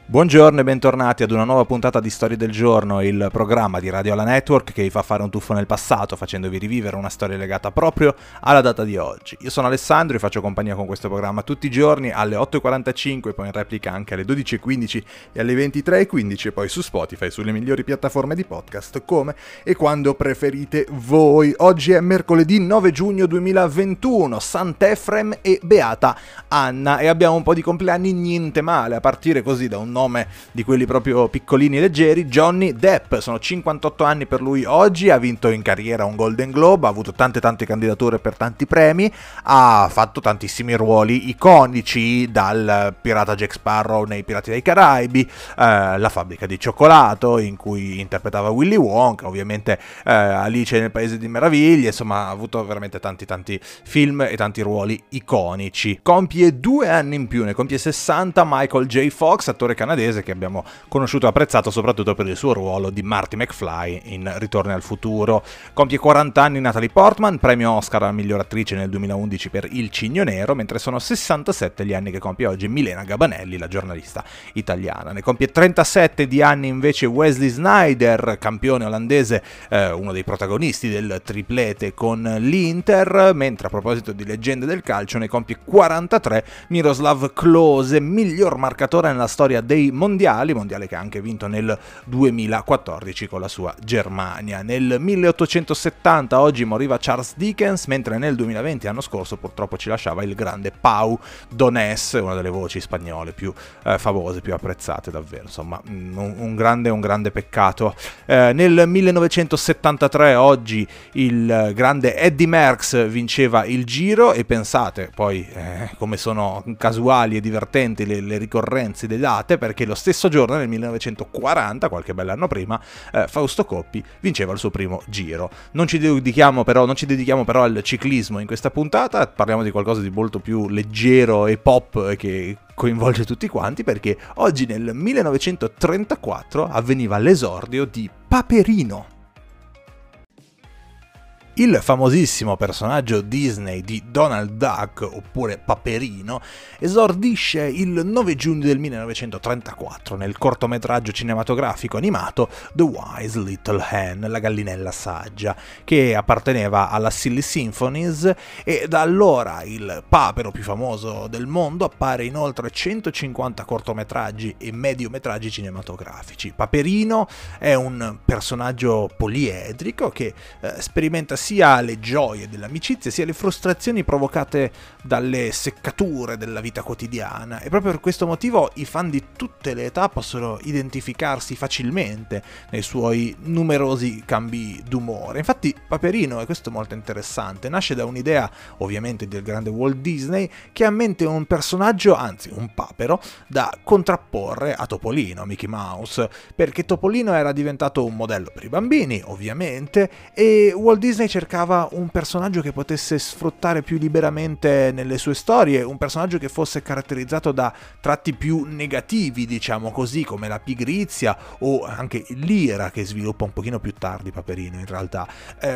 Buongiorno e bentornati ad una nuova puntata di Storie del Giorno, il programma di Radio Alla Network che vi fa fare un tuffo nel passato facendovi rivivere una storia legata proprio alla data di oggi. Io sono Alessandro e faccio compagnia con questo programma tutti i giorni alle 8.45, poi in replica anche alle 12.15 e alle 23.15 e poi su Spotify, sulle migliori piattaforme di podcast come e quando preferite voi. Oggi è mercoledì 9 giugno 2021, Sant'Efrem e Beata Anna e abbiamo un po' di compleanni niente male, a partire così da un nome di quelli proprio piccolini e leggeri, Johnny Depp. Sono 58 anni per lui oggi, ha vinto in carriera un Golden Globe, ha avuto tante candidature per tanti premi, ha fatto tantissimi ruoli iconici, dal pirata Jack Sparrow nei Pirati dei Caraibi, La fabbrica di cioccolato in cui interpretava Willy Wonka, ovviamente Alice nel Paese di Meraviglie, insomma ha avuto veramente tanti film e tanti ruoli iconici. Compie 2 anni in più, ne compie 60 Michael J. Fox, attore canadese che abbiamo conosciuto e apprezzato soprattutto per il suo ruolo di Marty McFly in Ritorni al futuro. Compie 40 anni Natalie Portman, premio Oscar alla miglior attrice nel 2011 per Il Cigno Nero, mentre sono 67 gli anni che compie oggi Milena Gabanelli, la giornalista italiana. Ne compie 37 di anni invece Wesley Sneijder, campione olandese, uno dei protagonisti del triplete con l'Inter, mentre a proposito di leggende del calcio ne compie 43 Miroslav Klose, miglior marcatore nella storia dei mondiale che ha anche vinto nel 2014 con la sua Germania. Nel 1870 oggi moriva Charles Dickens, mentre nel 2020, l'anno scorso, purtroppo ci lasciava il grande Pau Donés, una delle voci spagnole più famose, più apprezzate davvero, insomma un grande peccato. Nel 1973 oggi il grande Eddy Merckx vinceva il Giro e pensate poi come sono casuali e divertenti le ricorrenze delle date, perché lo stesso giorno nel 1940, qualche bell'anno prima, Fausto Coppi vinceva il suo primo Giro. Non ci dedichiamo però al ciclismo in questa puntata, parliamo di qualcosa di molto più leggero e pop che coinvolge tutti quanti, perché oggi nel 1934 avveniva l'esordio di Paperino. Il famosissimo personaggio Disney di Donald Duck, oppure Paperino, esordisce il 9 giugno del 1934 nel cortometraggio cinematografico animato The Wise Little Hen, la gallinella saggia, che apparteneva alla Silly Symphonies, e da allora il papero più famoso del mondo appare in oltre 150 cortometraggi e mediometraggi cinematografici. Paperino è un personaggio poliedrico che sperimenta sia le gioie dell'amicizia sia le frustrazioni provocate dalle seccature della vita quotidiana, e proprio per questo motivo i fan di tutte le età possono identificarsi facilmente nei suoi numerosi cambi d'umore. Infatti Paperino, e questo è molto interessante, nasce da un'idea ovviamente del grande Walt Disney, che ha in mente un personaggio, anzi un papero, da contrapporre a Topolino, Mickey Mouse, perché Topolino era diventato un modello per i bambini ovviamente, e Walt Disney cercava un personaggio che potesse sfruttare più liberamente nelle sue storie, un personaggio che fosse caratterizzato da tratti più negativi, diciamo così, come la pigrizia o anche l'ira, che sviluppa un pochino più tardi Paperino in realtà.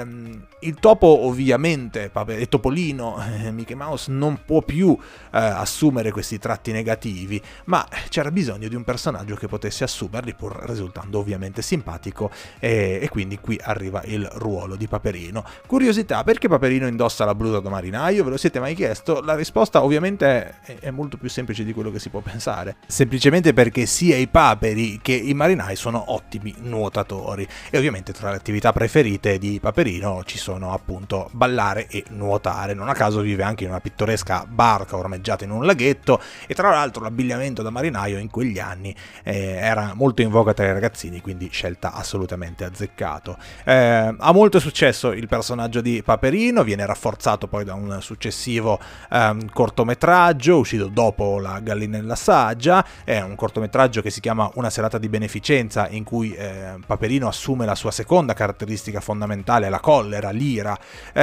Il topo ovviamente, e Topolino, Mickey Mouse, non può più assumere questi tratti negativi, ma c'era bisogno di un personaggio che potesse assumerli, pur risultando ovviamente simpatico, e quindi qui arriva il ruolo di Paperino. Curiosità, perché Paperino indossa la blusa da marinaio? Ve lo siete mai chiesto? La risposta ovviamente è molto più semplice di quello che si può pensare. Semplicemente perché sia i paperi che i marinai sono ottimi nuotatori, e ovviamente tra le attività preferite di Paperino ci sono appunto ballare e nuotare. Non a caso vive anche in una pittoresca barca ormeggiata in un laghetto, e tra l'altro l'abbigliamento da marinaio in quegli anni era molto in voga tra i ragazzini, quindi scelta assolutamente azzeccato. Ha molto successo il personaggio di Paperino, viene rafforzato poi da un successivo cortometraggio uscito dopo La gallinella saggia. È un cortometraggio che si chiama Una serata di beneficenza, in cui Paperino assume la sua seconda caratteristica fondamentale, la collera, l'ira,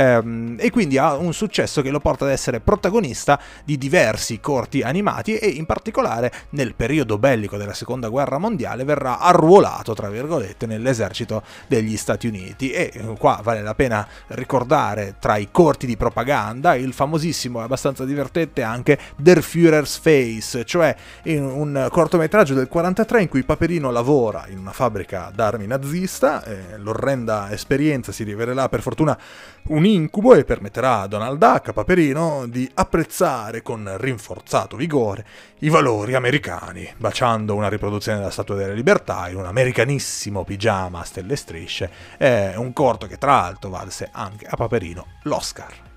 e quindi ha un successo che lo porta ad essere protagonista di diversi corti animati, e in particolare nel periodo bellico della seconda guerra mondiale verrà arruolato, tra virgolette, nell'esercito degli Stati Uniti. E qua vale la pena da ricordare tra i corti di propaganda il famosissimo e abbastanza divertente anche Der Führer's Face, cioè in un cortometraggio del 43 in cui Paperino lavora in una fabbrica d'armi nazista. L'orrenda esperienza si rivelerà per fortuna un incubo e permetterà a Donald Duck, a Paperino, di apprezzare con rinforzato vigore i valori americani, baciando una riproduzione della Statua della Libertà in un americanissimo pigiama a stelle e strisce. È un corto che tra l'altro valse anche a Paperino l'Oscar.